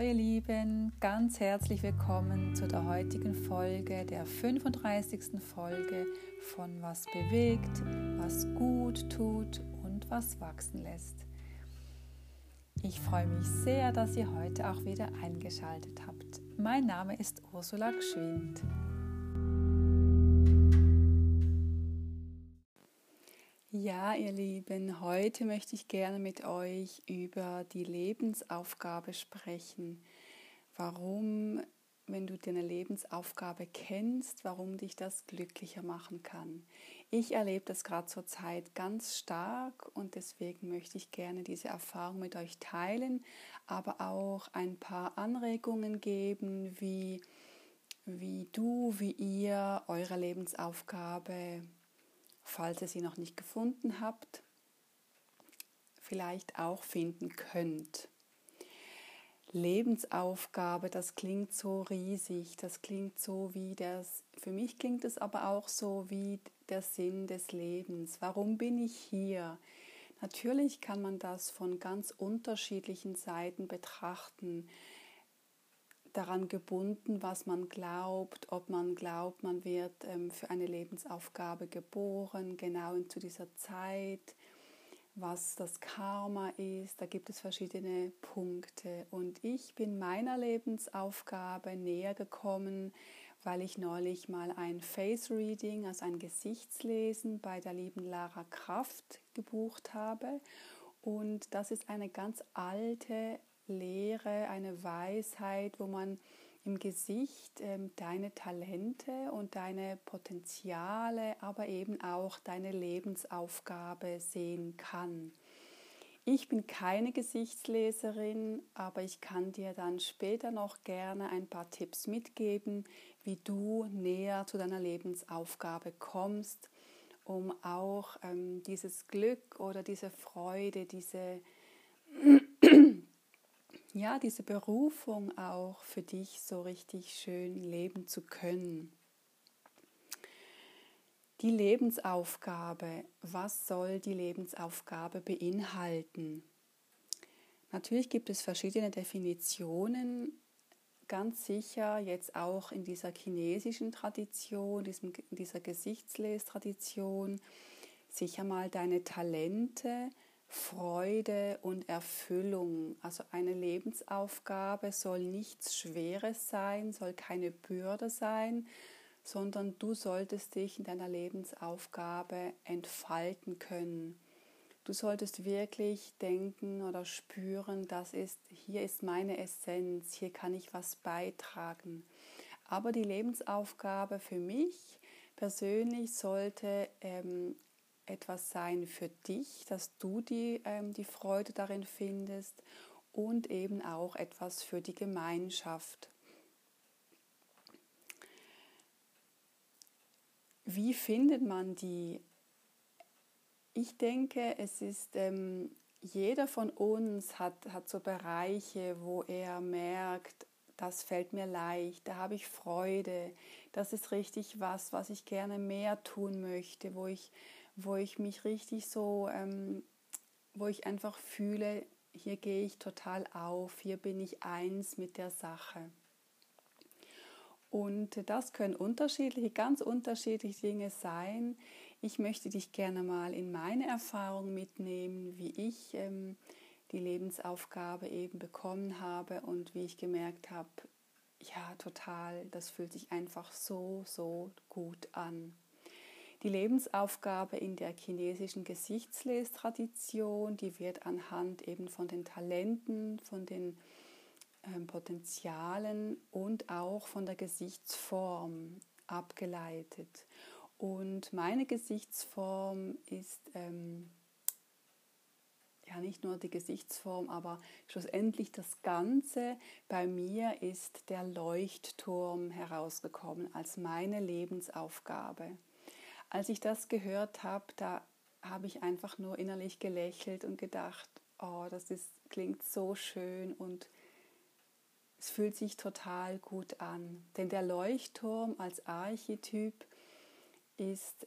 ihr Lieben, ganz herzlich willkommen zu der heutigen Folge, der 35. Folge von Was bewegt, was gut tut und was wachsen lässt. Ich freue mich sehr, dass ihr heute auch wieder eingeschaltet habt. Mein Name ist Ursula Gschwind. Ja, ihr Lieben, heute möchte ich gerne mit euch über die Lebensaufgabe sprechen. Warum, wenn du deine Lebensaufgabe kennst, warum dich das glücklicher machen kann. Ich erlebe das gerade zur Zeit ganz stark und deswegen möchte ich gerne diese Erfahrung mit euch teilen, aber auch ein paar Anregungen geben, wie ihr eure Lebensaufgabe, falls ihr sie noch nicht gefunden habt, vielleicht auch finden könnt. Lebensaufgabe, das klingt so riesig, das klingt so für mich klingt es aber auch so wie der Sinn des Lebens. Warum bin ich hier? Natürlich kann man das von ganz unterschiedlichen Seiten betrachten, daran gebunden, was man glaubt, ob man glaubt, man wird für eine Lebensaufgabe geboren, genau zu dieser Zeit, was das Karma ist. Da gibt es verschiedene Punkte. Und ich bin meiner Lebensaufgabe näher gekommen, weil ich neulich mal ein Face Reading, also ein Gesichtslesen bei der lieben Lara Kraft gebucht habe. Und das ist eine ganz alte Lehre, eine Weisheit, wo man im Gesicht deine Talente und deine Potenziale, aber eben auch deine Lebensaufgabe sehen kann. Ich bin keine Gesichtsleserin, aber ich kann dir dann später noch gerne ein paar Tipps mitgeben, wie du näher zu deiner Lebensaufgabe kommst, um auch dieses Glück oder diese Freude, diese Berufung auch für dich so richtig schön leben zu können. Die Lebensaufgabe, was soll die Lebensaufgabe beinhalten? Natürlich gibt es verschiedene Definitionen, ganz sicher jetzt auch in dieser chinesischen Tradition, dieser Gesichtslestradition, sicher mal deine Talente, Freude und Erfüllung. Also eine Lebensaufgabe soll nichts Schweres sein, soll keine Bürde sein, sondern du solltest dich in deiner Lebensaufgabe entfalten können. Du solltest wirklich denken oder spüren, hier ist meine Essenz, hier kann ich was beitragen. Aber die Lebensaufgabe für mich persönlich sollte etwas sein für dich, dass du die Freude darin findest und eben auch etwas für die Gemeinschaft. Wie findet man die? Ich denke, es ist, jeder von uns hat so Bereiche, wo er merkt, das fällt mir leicht, da habe ich Freude, das ist richtig was ich gerne mehr tun möchte, wo ich mich richtig so, wo ich einfach fühle, hier gehe ich total auf, hier bin ich eins mit der Sache. Und das können ganz unterschiedliche Dinge sein. Ich möchte dich gerne mal in meine Erfahrung mitnehmen, wie ich die Lebensaufgabe eben bekommen habe und wie ich gemerkt habe, ja total, das fühlt sich einfach so gut an. Die Lebensaufgabe in der chinesischen Gesichtslese-Tradition, die wird anhand eben von den Talenten, von den Potenzialen und auch von der Gesichtsform abgeleitet. Und meine Gesichtsform ist nicht nur die Gesichtsform, aber schlussendlich das Ganze. Bei mir ist der Leuchtturm herausgekommen als meine Lebensaufgabe. Als ich das gehört habe, da habe ich einfach nur innerlich gelächelt und gedacht, oh, klingt so schön und es fühlt sich total gut an. Denn der Leuchtturm als Archetyp ist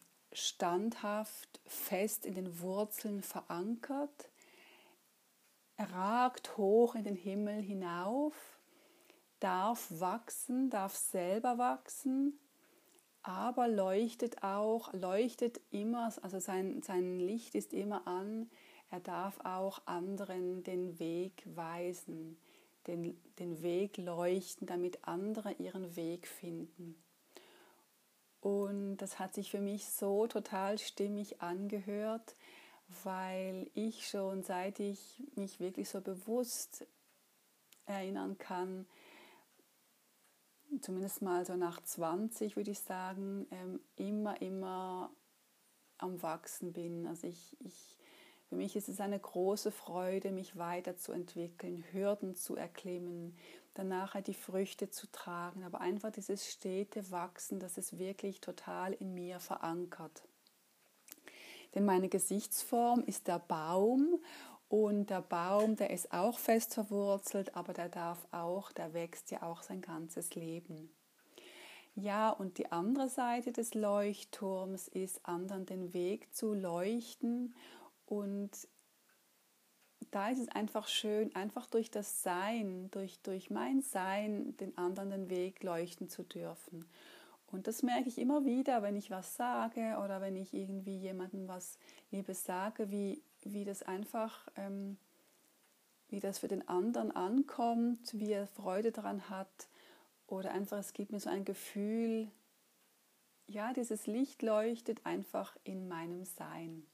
standhaft, fest in den Wurzeln verankert. er ragt hoch in den Himmel hinauf, darf wachsen, darf selber wachsen, aber leuchtet immer, also sein Licht ist immer an, er darf auch anderen den Weg weisen, den Weg leuchten, damit andere ihren Weg finden. Und das hat sich für mich so total stimmig angehört, weil ich schon, seit ich mich wirklich so bewusst erinnern kann, zumindest mal so nach 20 würde ich sagen, immer am Wachsen bin. Also für mich ist es eine große Freude, mich weiterzuentwickeln, Hürden zu erklimmen, dann nachher die Früchte zu tragen, aber einfach dieses stete Wachsen, das ist wirklich total in mir verankert. Denn meine Gesichtsform ist der Baum und der Baum, der ist auch fest verwurzelt, aber der wächst ja auch sein ganzes Leben. Ja, und die andere Seite des Leuchtturms ist, anderen den Weg zu leuchten, und da ist es einfach schön, einfach durch das Sein, durch mein Sein, den anderen den Weg leuchten zu dürfen. Und das merke ich immer wieder, wenn ich was sage oder wenn ich irgendwie jemandem was Liebes sage, wie das einfach, wie das für den anderen ankommt, wie er Freude daran hat, oder einfach, es gibt mir so ein Gefühl, ja, dieses Licht leuchtet einfach in meinem Sein.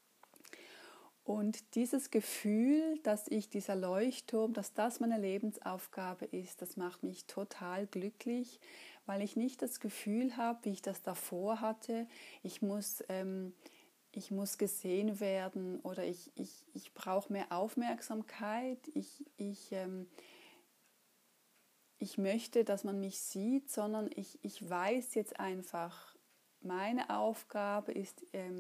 Und dieses Gefühl, dass dieser Leuchtturm, dass das meine Lebensaufgabe ist, das macht mich total glücklich, weil ich nicht das Gefühl habe, wie ich das davor hatte, ich muss gesehen werden oder ich brauche mehr Aufmerksamkeit, ich möchte, dass man mich sieht, sondern ich weiß jetzt einfach, meine Aufgabe ist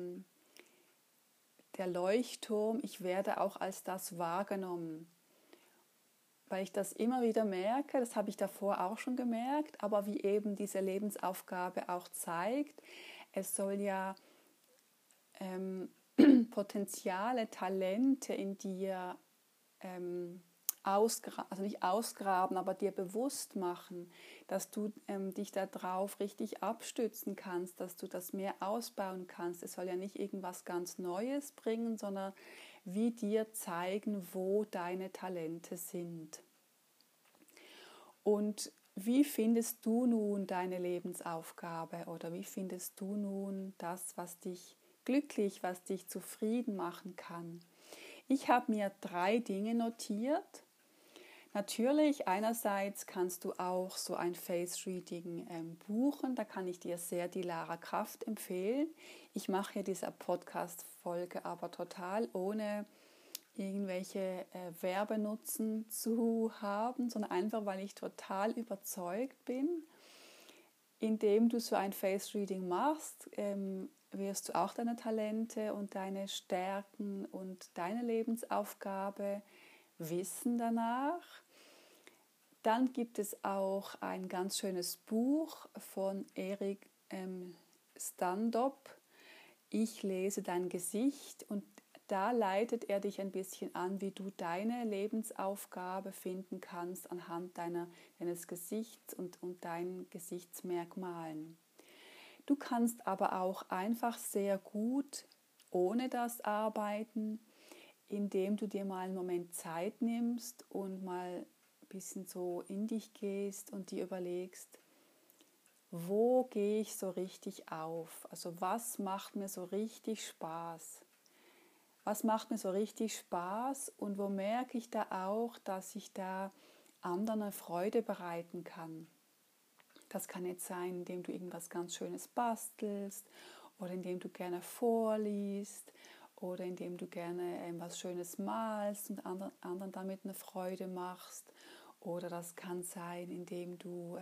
der Leuchtturm, ich werde auch als das wahrgenommen. Weil ich das immer wieder merke, das habe ich davor auch schon gemerkt, aber wie eben diese Lebensaufgabe auch zeigt, es soll ja Potenziale, Talente in dir also nicht ausgraben, aber dir bewusst machen, dass du dich darauf richtig abstützen kannst, dass du das mehr ausbauen kannst. Es soll ja nicht irgendwas ganz Neues bringen, sondern wie dir zeigen, wo deine Talente sind. Und wie findest du nun deine Lebensaufgabe oder wie findest du nun das, was dich glücklich, was dich zufrieden machen kann? Ich habe mir 3 Dinge notiert. Natürlich, einerseits kannst du auch so ein Face-Reading buchen. Da kann ich dir sehr die Lara Kraft empfehlen. Ich mache hier diese Podcast-Folge aber total ohne irgendwelche Werbenutzen zu haben, sondern einfach, weil ich total überzeugt bin. Indem du so ein Face-Reading machst, wirst du auch deine Talente und deine Stärken und deine Lebensaufgabe wissen danach. Dann gibt es auch ein ganz schönes Buch von Erik Standop, Ich lese dein Gesicht, und da leitet er dich ein bisschen an, wie du deine Lebensaufgabe finden kannst anhand deines Gesichts und deinen Gesichtsmerkmalen. Du kannst aber auch einfach sehr gut ohne das arbeiten, indem du dir mal einen Moment Zeit nimmst und mal ein bisschen so in dich gehst und dir überlegst, wo gehe ich so richtig auf? Also was macht mir so richtig Spaß? Was macht mir so richtig Spaß und wo merke ich da auch, dass ich da anderen eine Freude bereiten kann? Das kann jetzt sein, indem du irgendwas ganz Schönes bastelst oder indem du gerne vorliest oder indem du gerne was Schönes malst und anderen damit eine Freude machst. Oder das kann sein, indem du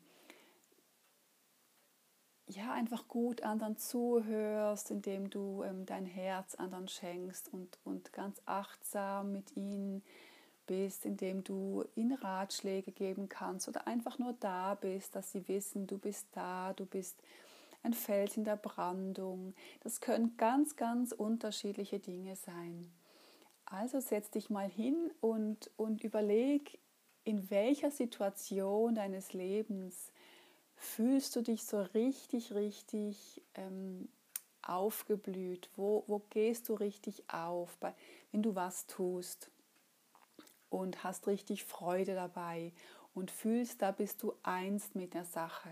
einfach gut anderen zuhörst, indem du dein Herz anderen schenkst und ganz achtsam mit ihnen bist, indem du ihnen Ratschläge geben kannst oder einfach nur da bist, dass sie wissen, du bist da, du bist ein Fels in der Brandung. Das können ganz, ganz unterschiedliche Dinge sein. Also setz dich mal hin und überleg, in welcher Situation deines Lebens fühlst du dich so richtig, richtig aufgeblüht? Wo gehst du richtig auf, wenn du was tust und hast richtig Freude dabei und fühlst, da bist du eins mit der Sache?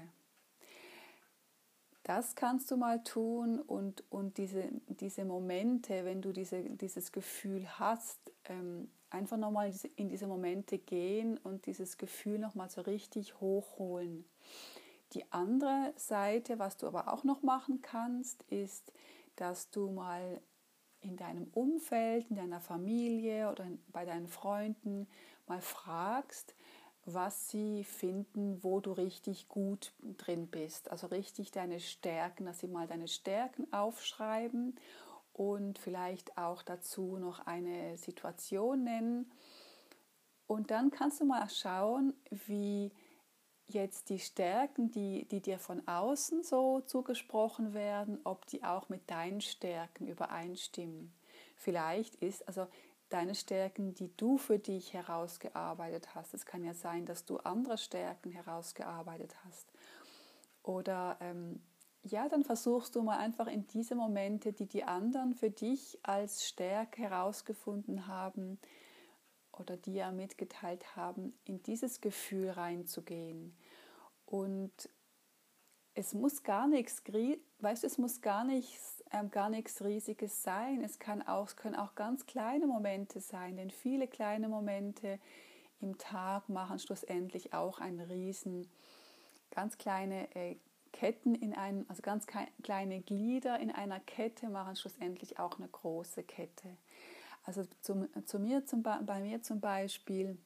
Das kannst du mal tun und diese Momente, wenn du dieses Gefühl hast, einfach nochmal in diese Momente gehen und dieses Gefühl nochmal so richtig hochholen. Die andere Seite, was du aber auch noch machen kannst, ist, dass du mal in deinem Umfeld, in deiner Familie oder bei deinen Freunden mal fragst, was sie finden, wo du richtig gut drin bist. Also richtig deine Stärken, dass sie mal deine Stärken aufschreiben und vielleicht auch dazu noch eine Situation nennen. Und dann kannst du mal schauen, wie jetzt die Stärken, die dir von außen so zugesprochen werden, ob die auch mit deinen Stärken übereinstimmen. Vielleicht ist also deine Stärken, die du für dich herausgearbeitet hast. Es kann ja sein, dass du andere Stärken herausgearbeitet hast. Oder ja, dann versuchst du mal einfach in diese Momente, die die anderen für dich als Stärke herausgefunden haben oder dir mitgeteilt haben, in dieses Gefühl reinzugehen. Und es muss gar nichts, weißt du, es muss gar nichts Riesiges sein. Es können auch ganz kleine Momente sein, denn viele kleine Momente im Tag machen schlussendlich auch einen Riesen. Ganz kleine Ketten also ganz kleine Glieder in einer Kette machen schlussendlich auch eine große Kette. Also bei mir zum Beispiel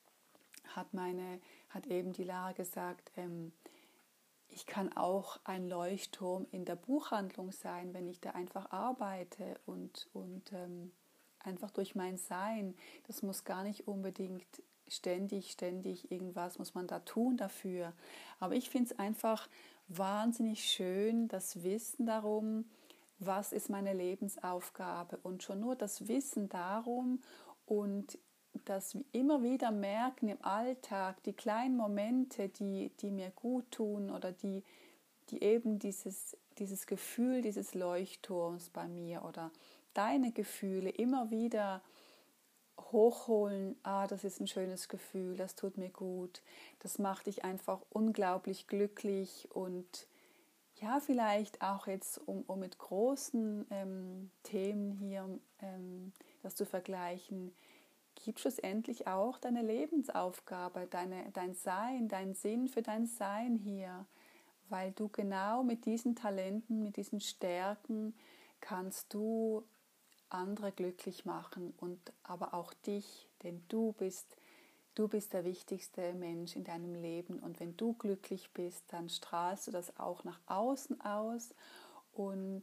hat eben die Lara gesagt, ich kann auch ein Leuchtturm in der Buchhandlung sein, wenn ich da einfach arbeite und einfach durch mein Sein. Das muss gar nicht unbedingt ständig irgendwas muss man da tun dafür. Aber ich finde es einfach wahnsinnig schön, das Wissen darum, was ist meine Lebensaufgabe und schon nur das Wissen darum und das immer wieder merken im Alltag, die kleinen Momente, die mir gut tun oder die eben dieses Gefühl dieses Leuchtturms bei mir oder deine Gefühle immer wieder hochholen, das ist ein schönes Gefühl, das tut mir gut, das macht dich einfach unglaublich glücklich und ja, vielleicht auch jetzt, um mit großen Themen hier das zu vergleichen, gibt schlussendlich auch deine Lebensaufgabe, dein Sein, dein Sinn für dein Sein hier, weil du genau mit diesen Talenten, mit diesen Stärken kannst du andere glücklich machen und aber auch dich, denn du bist der wichtigste Mensch in deinem Leben und wenn du glücklich bist, dann strahlst du das auch nach außen aus und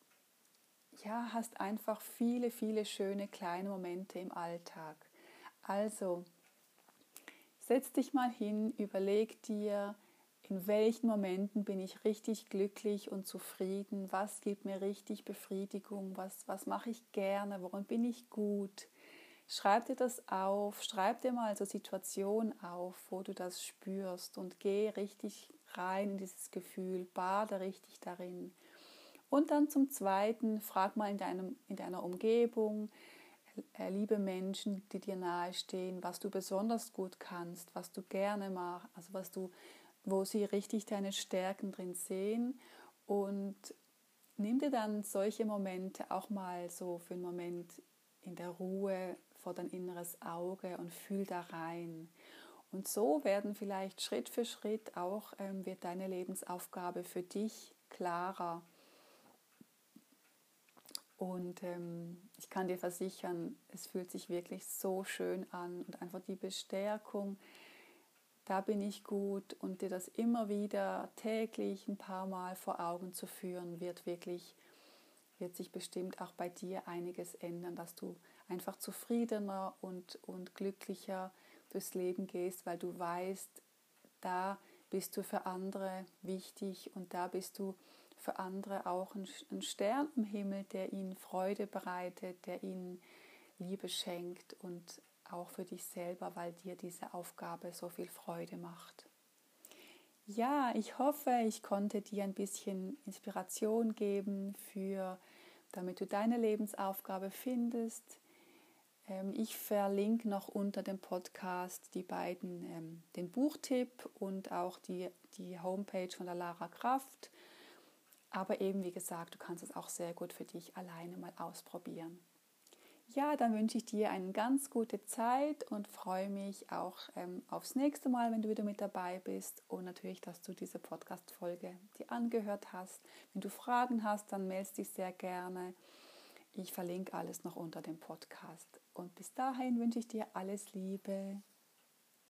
ja, hast einfach viele, viele schöne kleine Momente im Alltag. Also, setz dich mal hin, überleg dir, in welchen Momenten bin ich richtig glücklich und zufrieden, was gibt mir richtig Befriedigung, was mache ich gerne, worin bin ich gut. Schreib dir das auf, schreib dir mal so Situationen auf, wo du das spürst und geh richtig rein in dieses Gefühl, bade richtig darin. Und dann zum Zweiten, frag mal in deiner Umgebung, liebe Menschen, die dir nahestehen, was du besonders gut kannst, was du gerne machst, also wo sie richtig deine Stärken drin sehen und nimm dir dann solche Momente auch mal so für einen Moment in der Ruhe vor dein inneres Auge und fühl da rein. Und so werden vielleicht Schritt für Schritt auch wird deine Lebensaufgabe für dich klarer. Und ich kann dir versichern, es fühlt sich wirklich so schön an und einfach die Bestärkung, da bin ich gut und dir das immer wieder täglich ein paar Mal vor Augen zu führen, wird sich bestimmt auch bei dir einiges ändern, dass du einfach zufriedener und glücklicher durchs Leben gehst, weil du weißt, da bist du für andere wichtig und da bist du für andere auch ein Stern im Himmel, der ihnen Freude bereitet, der ihnen Liebe schenkt und auch für dich selber, weil dir diese Aufgabe so viel Freude macht. Ja, ich hoffe, ich konnte dir ein bisschen Inspiration geben, damit du deine Lebensaufgabe findest. Ich verlinke noch unter dem Podcast den Buchtipp und auch die Homepage von der Lara Kraft. Aber eben, wie gesagt, du kannst es auch sehr gut für dich alleine mal ausprobieren. Ja, dann wünsche ich dir eine ganz gute Zeit und freue mich auch aufs nächste Mal, wenn du wieder mit dabei bist und natürlich, dass du diese Podcast-Folge dir angehört hast. Wenn du Fragen hast, dann melde dich sehr gerne. Ich verlinke alles noch unter dem Podcast. Und bis dahin wünsche ich dir alles Liebe.